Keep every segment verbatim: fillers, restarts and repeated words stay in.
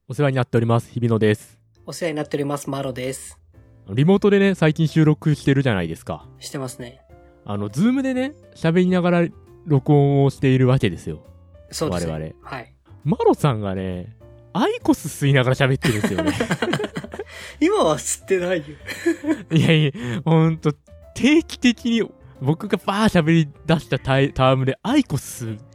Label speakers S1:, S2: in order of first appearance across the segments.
S1: お世話になっております。日比野です。
S2: お世話になっております。マロです。
S1: リモートでね、最近収録してるじゃないですか。
S2: してますね。
S1: あの、ズームでね、喋りながら録音をしているわけですよ。
S2: そうですね。
S1: 我々。
S2: はい。
S1: マロさんがね、アイコス吸いながら喋ってるんですよね。
S2: 今は吸ってないよ。
S1: いやいや、ほんと、定期的に僕がバー喋り出したタイタームでアイコス吸う。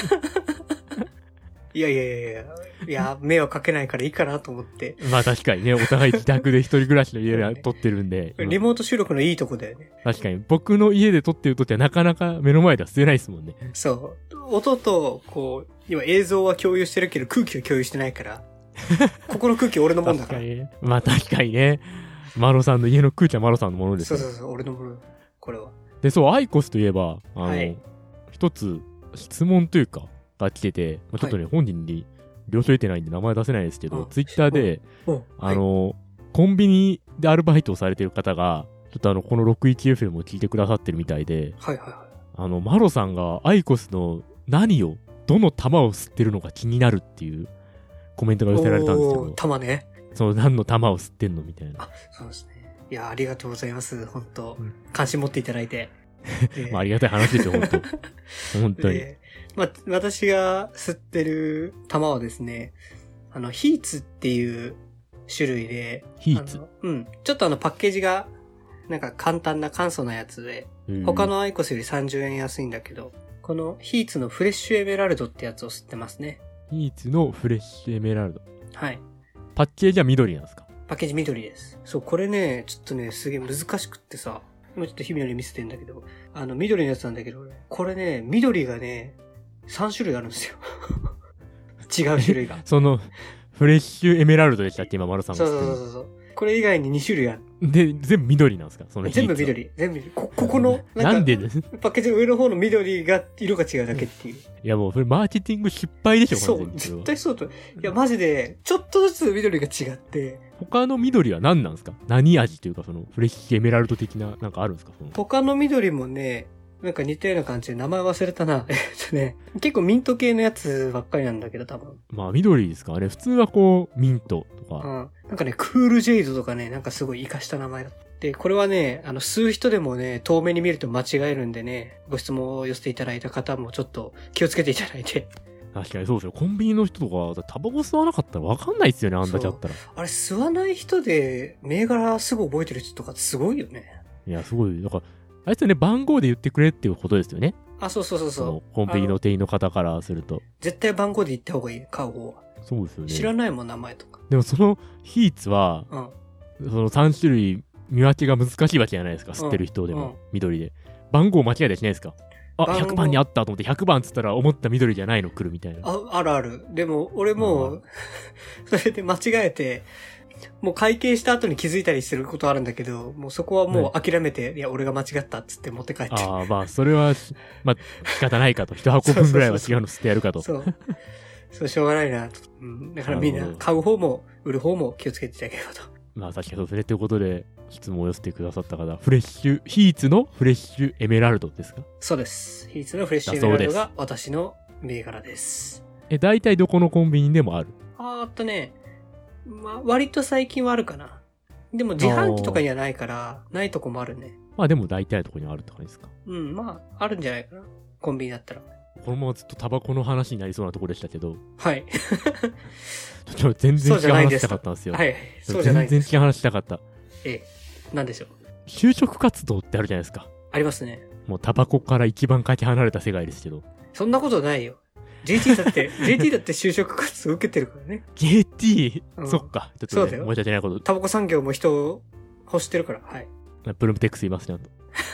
S2: いやいやいやいや、いや、迷惑かけないからいいかなと思って。
S1: まあ確かにね、お互い自宅で一人暮らしの家で撮ってるんで。
S2: リモート収録のいいとこだよね。
S1: 確かに、僕の家で撮ってるときはなかなか目の前では吸えないですもんね。
S2: そう。音と、こう、今映像は共有してるけど空気は共有してないから。ここの空気俺のもんだから。
S1: 確かに。まあ確かにね。マロさんの家の空気はマロさんのものです、
S2: ね。そうそうそう、俺のもの。これは。
S1: で、そう、アイコスといえば、あの、はい、一つ質問というか、が来てて、まあ、ちょっとね、はい、本人に了承得てないんで名前出せないですけど、ツイッターで、あの、はい、コンビニでアルバイトをされてる方が、ちょっとあの、この ろくじゅういちエフエム を聞いてくださってるみたいで、
S2: はいはいはい。
S1: あの、マロさんがアイコスの何を、どの玉を吸ってるのか気になるっていうコメントが寄せられたんですけど。
S2: 玉ね。
S1: その何の玉を吸ってんのみたいな。
S2: あ、そうですね。いや、ありがとうございます。本当、うん、関心持っていただいて。
S1: まあ、ありがたい話ですよ、本当本当に。
S2: まあ、私が吸ってる玉はですね、あの、ヒーツっていう種類で、
S1: ヒーツ
S2: うん。ちょっとあの、パッケージが、なんか簡単な簡素なやつで、他のアイコスよりさんじゅうえん安いんだけど、このヒーツのフレッシュエメラルドってやつを吸ってますね。
S1: ヒーツのフレッシュエメラルド。
S2: はい。
S1: パッケージは緑なんですか？
S2: パッケージ緑です。そう、これね、ちょっとね、すげえ難しくってさ、今ちょっと日々のに見せてんだけど、あの、緑のやつなんだけど、これね、緑がね、さん種類あるんですよ。違う種類が。
S1: その、フレッシュエメラルドでしたっけ今、丸さんが。
S2: そうそうそうそう。これ以外にに種類ある。
S1: で、全部緑なんですか？その
S2: 全部緑。全部緑。こ、ここの、
S1: なんか、なんでです？
S2: パッケージの上の方の緑が、色が違うだけっていう。
S1: いやもう、それマーケティング失敗でしょ、
S2: そう、絶対そうと。いや、マジで、ちょっとずつ緑が違って。
S1: 他の緑は何なんですか？何味というか、その、フレッシュエメラルド的な、なんかあるんですか？その
S2: 他の緑もね、なんか似たような感じで名前忘れたな。えっとね、結構ミント系のやつばっかりなんだけど、多分。
S1: まあ、緑ですかね。普通はこう、ミントとか。
S2: うん。なんかね、クールジェイドとかね、なんかすごい活かした名前だった。で、これはね、あの、吸う人でもね、遠目に見ると間違えるんでね、ご質問を寄せていただいた方もちょっと気をつけていただいて。
S1: 確かにそうですよ。コンビニの人とか、タバコ吸わなかったらわかんないですよね、あんだけあったら。
S2: あれ、吸わない人で、銘柄すぐ覚えてる人とかすごいよね。
S1: いや、すごい。だから、あいつね、番号で言ってくれっていうことですよね。
S2: あ、そうそうそうそう。そ
S1: コンビニの店員の方からすると。
S2: 絶対番号で言った方がいい、買う方は。
S1: そうですよね。
S2: 知らないもん、名前とか。
S1: でもそのヒーツは、うん、そのさん種類見分けが難しいわけじゃないですか、吸ってる人でも、うん、緑で。番号間違えたりしないですか？あ、ひゃくばんにあったと思ってひゃくばんつったら思った緑じゃないの来るみたいな。
S2: あ、あるある。でも、俺もう、それで間違えて、もう会計した後に気づいたりすることあるんだけど、もうそこはもう諦めて、ね、いや、俺が間違ったっつって持って帰って。
S1: ああ、まあ、それは、まあ、仕方ないかと。一箱分ぐらいは違うの吸ってやるかと。
S2: そう。そう、しょうがないなと。うん。だからみんな、買う方も、売る方も気をつけていただければと。
S1: まあ、確かにそうですね。ということで、質問を寄せてくださった方、フレッシュ、ヒーツのフレッシュエメラルドですか？
S2: そうです。ヒーツのフレッシュエメラルドが私の銘柄です。
S1: え、大体どこのコンビニでもある？
S2: あーっとね、まあ、割と最近はあるかな。でも自販機とかにはないから、ないとこもあるね。
S1: まあでも大体のとこにはあるって感じですか？
S2: うん、まあ、あるんじゃないかな。コンビニだったら。
S1: このままずっとタバコの話になりそうなところでしたけど。
S2: はい。
S1: ちょっと全然違う話したかったんですよ。
S2: はい。そうじゃないです。
S1: 全然違う話したかった。
S2: ええ。なんでしょう。
S1: 就職活動ってあるじゃないですか。
S2: ありますね。
S1: もうタバコから一番かけ離れた世界ですけど。
S2: そんなことないよ。ジェーティー だって、ジェーティー だって就職活動受けてるからね。
S1: ジェーティー、うん、そっか。ちょっと、ね、
S2: そうだよ。
S1: 申し訳ないこと。
S2: タバコ産業も人を欲してるから。はい。
S1: プルムテックスいますね、あと。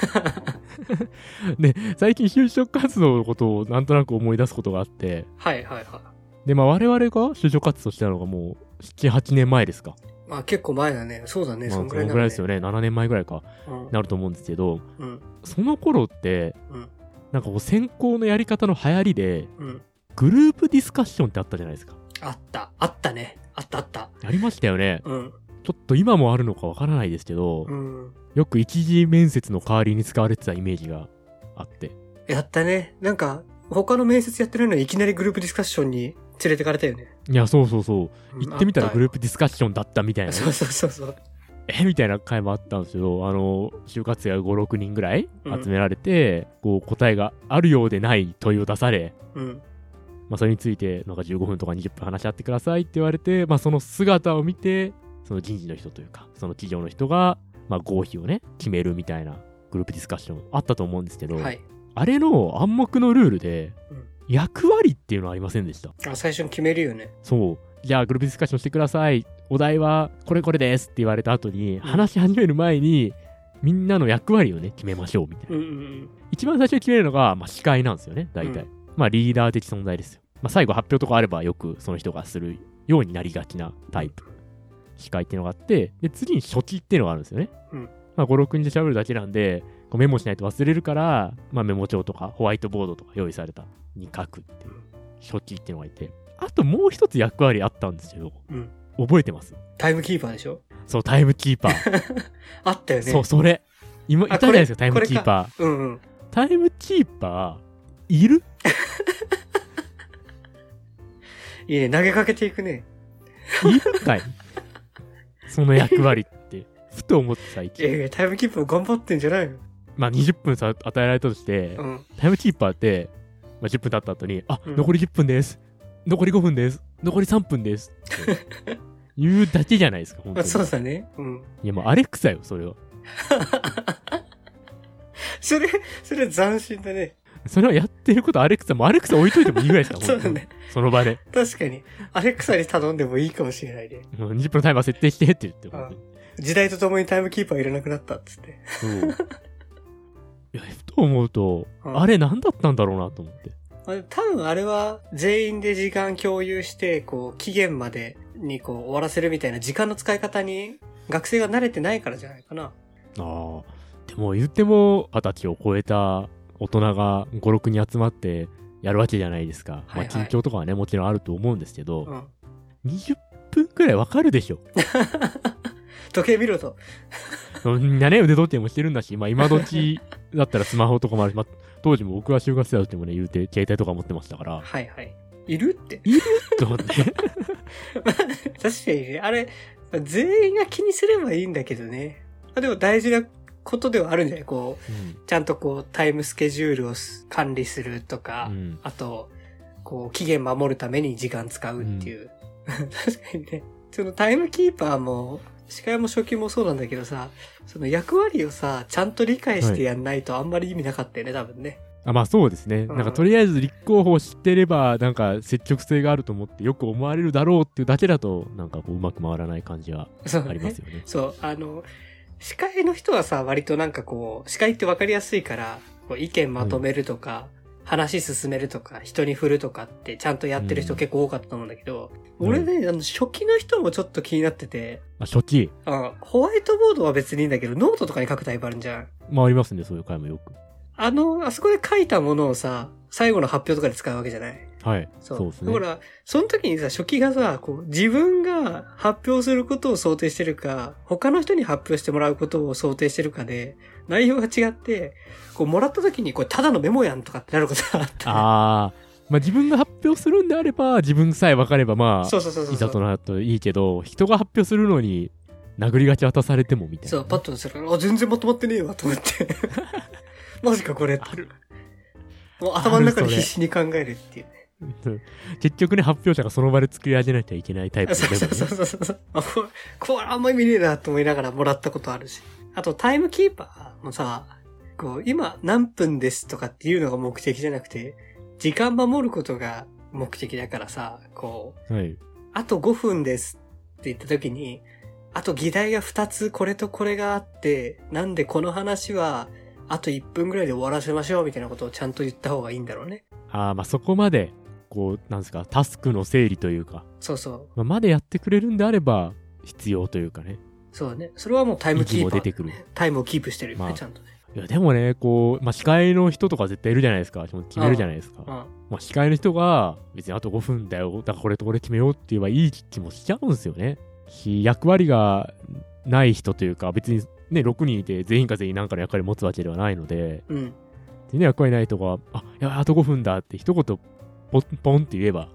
S1: で、最近就職活動のことをなんとなく思い出すことがあって。
S2: はいはいはい。
S1: で、まあ我々が就職活動したのがもうなな、はちねんまえですか。
S2: まあ結構前だね。そうだね。
S1: まあ、
S2: そんぐらいな、ね、
S1: そのぐらいですよね。ななねんまえぐらいか。うん、なると思うんですけど、うん、その頃って、うん、なんかこう専攻のやり方の流行りで、うん、グループディスカッションってあったじゃないですか。
S2: あった。あったね。あったあった。
S1: ありましたよね。
S2: うん。
S1: ちょっと今もあるのかわからないですけど、うん、よく一次面接の代わりに使われてたイメージがあって。
S2: やったね。なんか、他の面接やってないのにいきなりグループディスカッションに連れてかれたよね。
S1: いや、そうそうそう。
S2: うん
S1: 行ってみたらグループディスカッションだったみたいな、ね。
S2: そうそうそうそう。
S1: えみたいな回もあったんですけど、あの、就活生がご、ろくにんぐらい集められて、うん、こう答えがあるようでない問いを出され、
S2: うん、
S1: まあそれについてなんかじゅうごふんとかにじゅっぷん話し合ってくださいって言われて、まあその姿を見て、その人事の人というか、その企業の人が、まあ合否をね、決めるみたいなグループディスカッションあったと思うんですけど、はい、あれの暗黙のルールで、うん、役割っていうのはありませんでした。
S2: あ、最初に決めるよね。
S1: そう。じゃあグループディスカッションしてください。お題はこれこれですって言われた後に、うん、話し始める前にみんなの役割をね決めましょうみたいな、うんうんうん、一番最初に決めるのが、まあ、司会なんですよね大体、うん、まあリーダー的存在ですよ、まあ、最後発表とかあればよくその人がするようになりがちなタイプ、うん、司会っていうのがあって、で次に書記っていうのがあるんですよね、うん、まあご、ろくにんで喋るだけなんでこうメモしないと忘れるから、まあ、メモ帳とかホワイトボードとか用意されたに書くっていう書記っていうのがいて、あともう一つ役割あったんですけど、うん、覚えてます？
S2: タイムキーパーでしょ？
S1: そう、タイムキーパー。
S2: あったよね。
S1: そう、それ。今、いたじゃないですか、タイムキーパー。
S2: うんうん。
S1: タイムキーパー、いる
S2: いいね、投げかけていくね。
S1: いるかいその役割って。ふと思って最近。
S2: いやいや、タイムキーパー頑張ってんじゃないの？
S1: まあにじゅっぷんさ与えられたとして、うん、タイムキーパーって、まあ、じゅっぷん経った後に、あ、うん、残りじゅっぷんです。残りごふんです。残りさんぷんです。言うだけじゃないですか、本当に。
S2: そうだね。うん。
S1: いや、もうアレクサよ、それは。
S2: それ、それ斬新だね。
S1: それはやってることアレクサも、アレクサ置いといてもいいぐらいですか、
S2: そうだね。
S1: その場で。
S2: 確かに。アレクサに頼んでもいいかもしれないね。
S1: もうにじゅっぷんのタイマー設定してって言って。
S2: ああ時代とともにタイムキーパーいらなくなったっつって。
S1: そう。いや、ふと思うと、あれ何だったんだろうなと思って。
S2: 多分あれは全員で時間共有して、こう、期限までにこう終わらせるみたいな時間の使い方に学生が慣れてないからじゃないかな。あ
S1: あ。でも言っても二十歳を超えた大人がご、ろくにん集まってやるわけじゃないですか。はいはい、まあ緊張とかはね、もちろんあると思うんですけど、うん、にじゅっぷんくらいわかるでしょ。
S2: 時計見ろと。
S1: みんなね、腕時計もしてるんだし、まあ今時だったらスマホとかもあるし、まあ当時も僕は就活生だってもね、言うて、携帯とか持ってましたから。
S2: はいはい。いるって。
S1: いるって思って。確か
S2: にね、あれ、全員が気にすればいいんだけどね。でも大事なことではあるんじゃない？こう、うん、ちゃんとこう、タイムスケジュールを管理するとか、うん、あと、こう、期限守るために時間使うっていう。うん、確かにね。そのタイムキーパーも、司会も書記もそうなんだけどさ、その役割をさ、ちゃんと理解してやんないとあんまり意味なかったよね、はい、多分ね。
S1: あ、まあそうですね。うん、なんかとりあえず立候補してれば、なんか積極性があると思ってよく思われるだろうっていうだけだと、なんかこううまく回らない感じはありますよね。
S2: そう、ね、そう、あの、司会の人はさ、割となんかこう、司会ってわかりやすいから、こう意見まとめるとか、うん、話進めるとか、人に振るとかってちゃんとやってる人結構多かったと思うんだけど、うん、俺ね、あの、初期の人もちょっと気になってて。
S1: あ、初期
S2: あ、ホワイトボードは別にいいんだけど、ノートとかに書くタイプあるんじゃん。
S1: まあありますね、そういう回もよく。
S2: あの、あそこで書いたものをさ、最後の発表とかで使うわけじゃない？
S1: はい。そう。そうですね。
S2: だから、その時にさ、初期がさ、こう、自分が発表することを想定してるか、他の人に発表してもらうことを想定してるかで、内容が違って、こう、もらった時に、これただのメモやんとかってなることがあった。
S1: ああ。まあ自分が発表するんであれば、自分さえ分かればまあ、
S2: そうそうそうそう。
S1: いざとなるといいけど、人が発表するのに、殴り書き渡されてもみたいな。
S2: そう、パッとするから、あ、全然まとまってねえわ、と思って。マジかこれって。ある。もう頭の中で必死に考えるっていうね。
S1: 結局ね、発表者がその場で作り上げなきゃいけないタイプのメモね。
S2: そうそうそうそう。あ、これ、これあんま意味ねえなと思いながらもらったことあるし。あと、タイムキーパーもさ、こう、今何分ですとかっていうのが目的じゃなくて、時間守ることが目的だからさ、こう、はい、あとごふんですって言った時に、あと議題がふたつこれとこれがあって、なんでこの話は、あといっぷんぐらいで終わらせましょうみたいなことをちゃんと言った方がいいんだろうね。
S1: ああ、まあそこまで、こう、なんですか、タスクの整理というか。
S2: そうそう。
S1: まあ、までやってくれるんであれば、必要というかね。
S2: そうね。それはもうタイムキーパー、ね。
S1: 出てくる。
S2: タイムをキープしてるよね、
S1: まあ、
S2: ちゃんとね。
S1: いや、でもね、こう、まあ司会の人とか絶対いるじゃないですか。決めるじゃないですか。ああまあ司会の人が、別にあとごふんだよ。だからこれとこれ決めようって言えばいい気もしちゃうんですよね。し、役割がない人というか、別に、ね、ろくにんいて全員が全員なんかの役割持つわけではないので、うん、でね、役割ない人が、あ、いや、あとごふんだって一言ポン、ポンって言えば、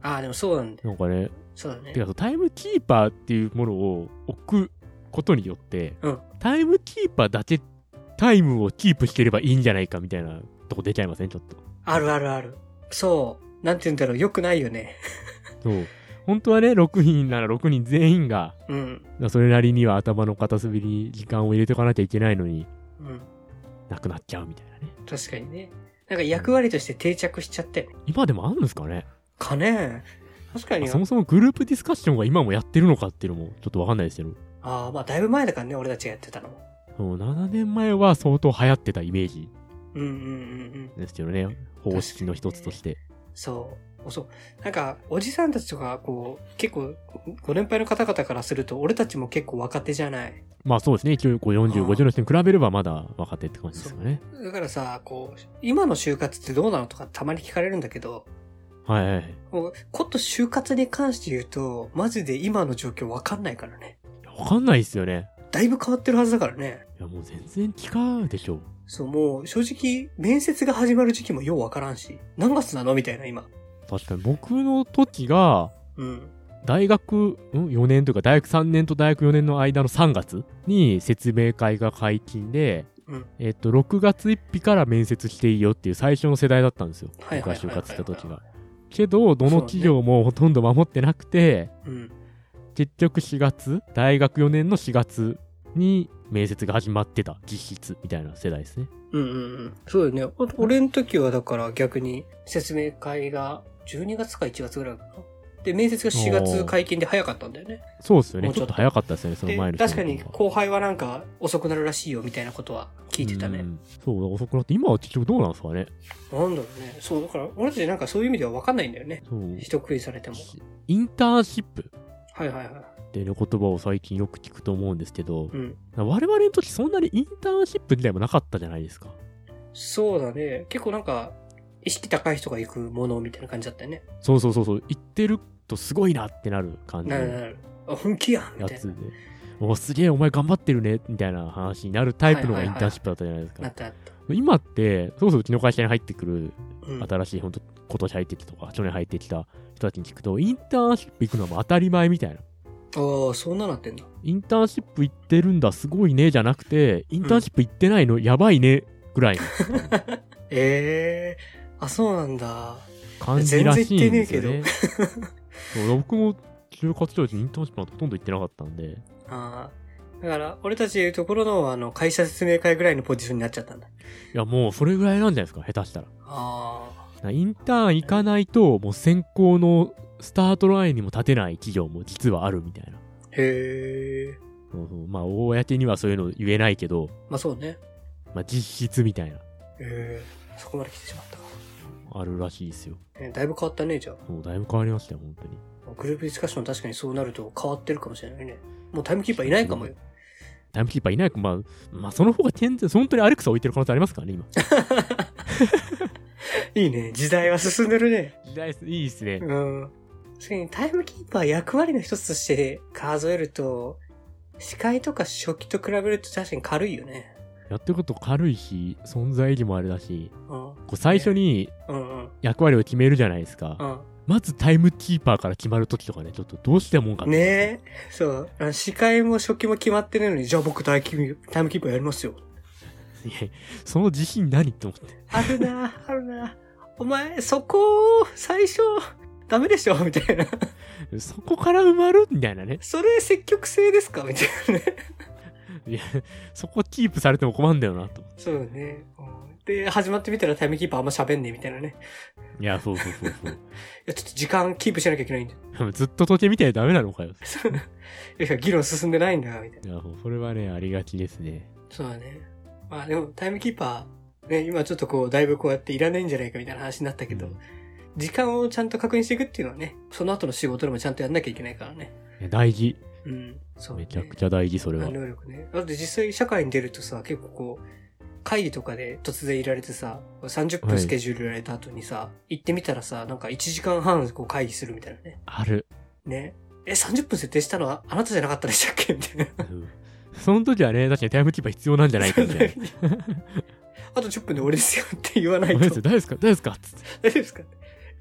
S2: ああ、でもそうなんだよ。
S1: なんかね、
S2: そうだね。
S1: てかタイムキーパーっていうものを置くことによって、
S2: うん、
S1: タイムキーパーだけタイムをキープしてればいいんじゃないかみたいなとこ出ちゃいません、ちょっと。
S2: あるあるある。そう。なんて言うんだろう、良くないよね。
S1: そう。本当はね、ろくにんならろくにん全員が、
S2: うん。
S1: それなりには頭の片隅に時間を入れておかなきゃいけないのに、
S2: うん。
S1: なくなっちゃうみたいなね。
S2: 確かにね。なんか役割として定着しちゃって。
S1: 今でもあるんですかね。
S2: かね。確かに。
S1: そもそもグループディスカッションが今もやってるのかっていうのもちょっとわかんないですけど。
S2: ああ、まあだいぶ前だからね、俺たちがやってたのも。
S1: そう、ななねんまえは相当流行ってたイメージ。
S2: うんうんうんうん。
S1: ですけどね。方式の一つとして。
S2: そう。そう。なんか、おじさんたちとか、こう、結構、ご年配の方々からすると、俺たちも結構若手じゃない。
S1: まあそうですね。一応こうよんじゅう、ごじゅうの人に比べればまだ若手って感じですかね。
S2: だからさ、こう、今の就活ってどうなのとかたまに聞かれるんだけど、
S1: はいはい。
S2: もうこと就活に関して言うと、マジで今の状況わかんないからね。
S1: わかんないっすよね。
S2: だいぶ変わってるはずだからね。
S1: いやもう全然違うでしょう。
S2: そう、もう正直、面接が始まる時期もようわからんし、何月なのみたいな今。
S1: 確かに僕の時が、
S2: うん。
S1: 大学、ん ?よ 年というか大学さんねんと大学よねんの間のさんがつに説明会が解禁で、
S2: うん、
S1: えっと、ろくがつついたちから面接していいよっていう最初の世代だったんですよ。
S2: はいはいはいはいはい。
S1: 僕が就活した時が。けど、どの企業もほとんど守ってなくて、
S2: うん、
S1: 結局しがつ、大学よねんのしがつに面接が始まってた、実質みたいな世代ですね。
S2: うんうんうん。そうよね。俺の時はだから逆に説明会がじゅうにがつかいちがつぐらいかな。で、面接がしがつ解禁で早かったんだよね。
S1: そうですよね。
S2: もうちょっと
S1: ちょっと早かったですよね、その前の人。
S2: 確かに後輩はなんか遅くなるらしいよみたいなことは聞いてたね。
S1: うんそう、遅くなって、今は結局どうなんですかね。
S2: なんだろうね。そう、だから俺たちなんかそういう意味では分かんないんだよね。
S1: そう
S2: 一食いされても。
S1: インターンシップ。
S2: はいはいはい。
S1: っていう言葉を最近よく聞くと思うんですけど、
S2: うん、
S1: 我々の時そんなにインターンシップ自体もなかったじゃないですか。
S2: そうだね。結構なんか、意識高い人が行くものみたいな感じだったよね。
S1: そうそうそうそう。行ってるとすごいなってなる感じの
S2: なるなる。あ、本気やんみたいな。
S1: やつで。おすげえお前頑張ってるねみたいな話になるタイプのがインターンシップだったじゃないですか。
S2: なったなった。
S1: 今って、そうそううちの会社に入ってくる、
S2: うん、
S1: 新しい、本当今年入ってきたとか、去年入ってきた人たちに聞くと、インターンシップ行くのはもう当たり前みたいな。
S2: ああ、そんななってんだ。
S1: インターンシップ行ってるんだ、すごいね、じゃなくて、インターンシップ行ってないの、うん、やばいね、ぐらいの。
S2: ええー、あ、そうなんだ。
S1: 感じらしいんですよね。
S2: 全然行ってねえけど。
S1: そう僕も就活当時にインターンシップなんてほとんど行ってなかったんで。
S2: ああ。だから、俺たちでいうところの、あの、会社説明会ぐらいのポジションになっちゃったんだ。
S1: いや、もうそれぐらいなんじゃないですか、下手したら。
S2: あ
S1: あ。インターン行かないと、もう選考のスタートラインにも立てない企業も実はあるみたいな。
S2: へえ。
S1: そうそう。まあ、公にはそういうの言えないけど。
S2: まあそうね。
S1: まあ、実質みたいな。
S2: へえ。そこまで来てしまったか。
S1: あるらしいですよ。
S2: え、だいぶ変わったね、じゃあ。
S1: そう、だいぶ変わりましたよ、本当に。
S2: グループディスカッション確かにそうなると変わってるかもしれないね。もうタイムキーパーいないかもよ。
S1: タイムキーパーいないか、まあ、まあ、その方が全然、本当にアレクサ置いてる可能性ありますからね、今。
S2: いいね。時代は進んでるね。
S1: 時代、いいですね。
S2: うん。確かにタイムキーパー役割の一つとして数えると、司会とか初期と比べると確かに軽いよね。
S1: やってること軽いし、存在意義もあれだし、
S2: うん、
S1: こう最初に役割を決めるじゃないですか。
S2: うんうん、
S1: まずタイムキーパーから決まるときとかね、ちょっとどうしてもんか
S2: ねえ。そう。司会も初期も決まってないのに、じゃあ僕タイムキーパーやりますよ。
S1: いや、その自信何って思って。
S2: あるな、あるな。お前、そこ、最初、ダメでしょみたいな。
S1: そこから埋まるみたいなね。
S2: それ積極性ですかみたいなね。
S1: いや、そこキープされても困るんだよなと。
S2: そうね。で、始まってみたらタイムキーパーあんま喋んねえみたいなね。
S1: いや、そうそうそうそう。い
S2: や、ちょっと時間キープしなきゃいけないんだ
S1: よ。ずっと時計見てダメなのかよ。
S2: いや、議論進んでないんだよ、みたいな。
S1: いや、それはね、ありがちですね。
S2: そうだね。まあでも、タイムキーパー、ね、今ちょっとこう、だいぶこうやっていらないんじゃないかみたいな話になったけど、うん、時間をちゃんと確認していくっていうのはね、その後の仕事でもちゃんとやんなきゃいけないからね。
S1: 大事。
S2: うん。そう、ね。
S1: めちゃくちゃ大事、それは。
S2: 能力ね。だって実際社会に出るとさ、結構こう、会議とかで突然いられてさ、さんじゅっぷんスケジュールいられた後にさ、はい、行ってみたらさ、なんかいちじかんはんこう会議するみたいなね。
S1: ある。
S2: ね。え、さんじゅっぷん設定したのはあなたじゃなかったでしたっけみたいな。うん、
S1: その時はね、確かにタイムキーパー必要なんじゃないかみたいな。
S2: あとじゅっぷんで俺ですよって言わないと。
S1: 大丈夫ですか大丈夫ですかつって。
S2: 大丈夫ですか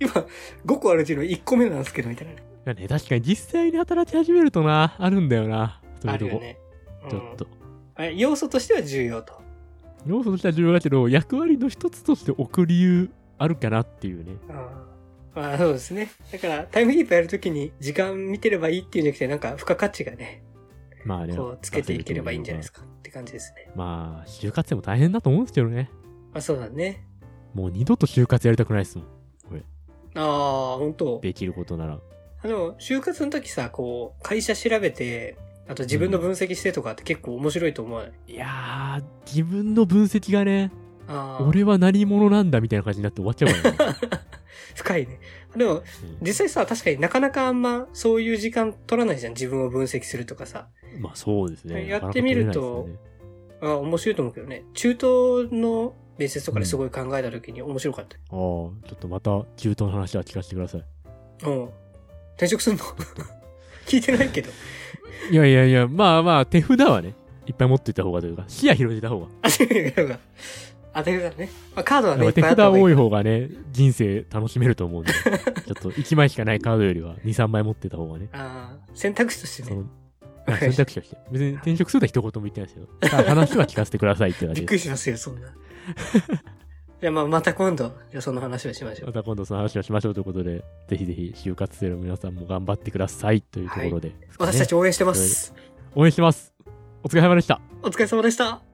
S2: 今、ごこあるうちのいっこめなんですけど、みたいなね。
S1: いやね、確かに実際に働き始めるとな、あるんだよな。そういうとこ。
S2: あるよね。うん、
S1: ちょっと。
S2: あれ要素としては重要と。
S1: 要素としては重要だけど、役割の一つとして置く理由あるかなっていうね。
S2: あまあそうですね。だから、タイムリープやるときに時間見てればいいっていうんじゃなくて、なんか付加価値がね、
S1: まあね。
S2: こうつけていければいいんじゃないですかって感じですね。
S1: まあ、就活でも大変だと思うんですけどね。
S2: まあそうだね。
S1: もう二度と就活やりたくないですもん。これ。
S2: ああ、本当。
S1: できることなら。
S2: あの、就活の時さ、こう、会社調べて、あと自分の分析してとかって結構面白いと思わない？
S1: いやー、自分の分析がね、
S2: あー
S1: 俺は何者なんだみたいな感じになって終わっちゃうからね。
S2: 深いね。でも、
S1: うん
S2: 実際さ、確かになかなかあんまそういう時間取らないじゃん。自分を分析するとかさ。
S1: まあそうですね。
S2: やってみると
S1: なかなか取れないですよね、
S2: あ面白いと思うけどね。中東の面接とかですごい考えた時に面白かった。
S1: ああ、ちょっとまた中東の話は聞かせてください。
S2: うん。転職すんの聞いてないけど。
S1: いやいやいや、まあまあ、手札はね、いっぱい持っていた方がというか、視野広げた方が。
S2: あ、手札が。あ、手札ね。まあ、カードはね、いっ
S1: 手札
S2: ぱいあった方がいい
S1: 多い方がね、人生楽しめると思うんで、ちょっといちまいしかないカードよりはに、さんまい持ってた方がね。
S2: ああ、選択肢としてね。
S1: そのあ選択肢として。別に転職するとは一言も言ってないですよ。ただ話は聞かせてくださいって感じ
S2: びっく
S1: で
S2: りしますよ、そんな。じゃあまあ、また今度、じゃあその話をしましょ
S1: ま
S2: う。
S1: た今度その話をしましょうということで、ぜひぜひ就活生の皆さんも頑張ってくださいというところで、
S2: 私たち応援してます。
S1: 応援してます。お疲れ様でした。
S2: お疲れ様でした。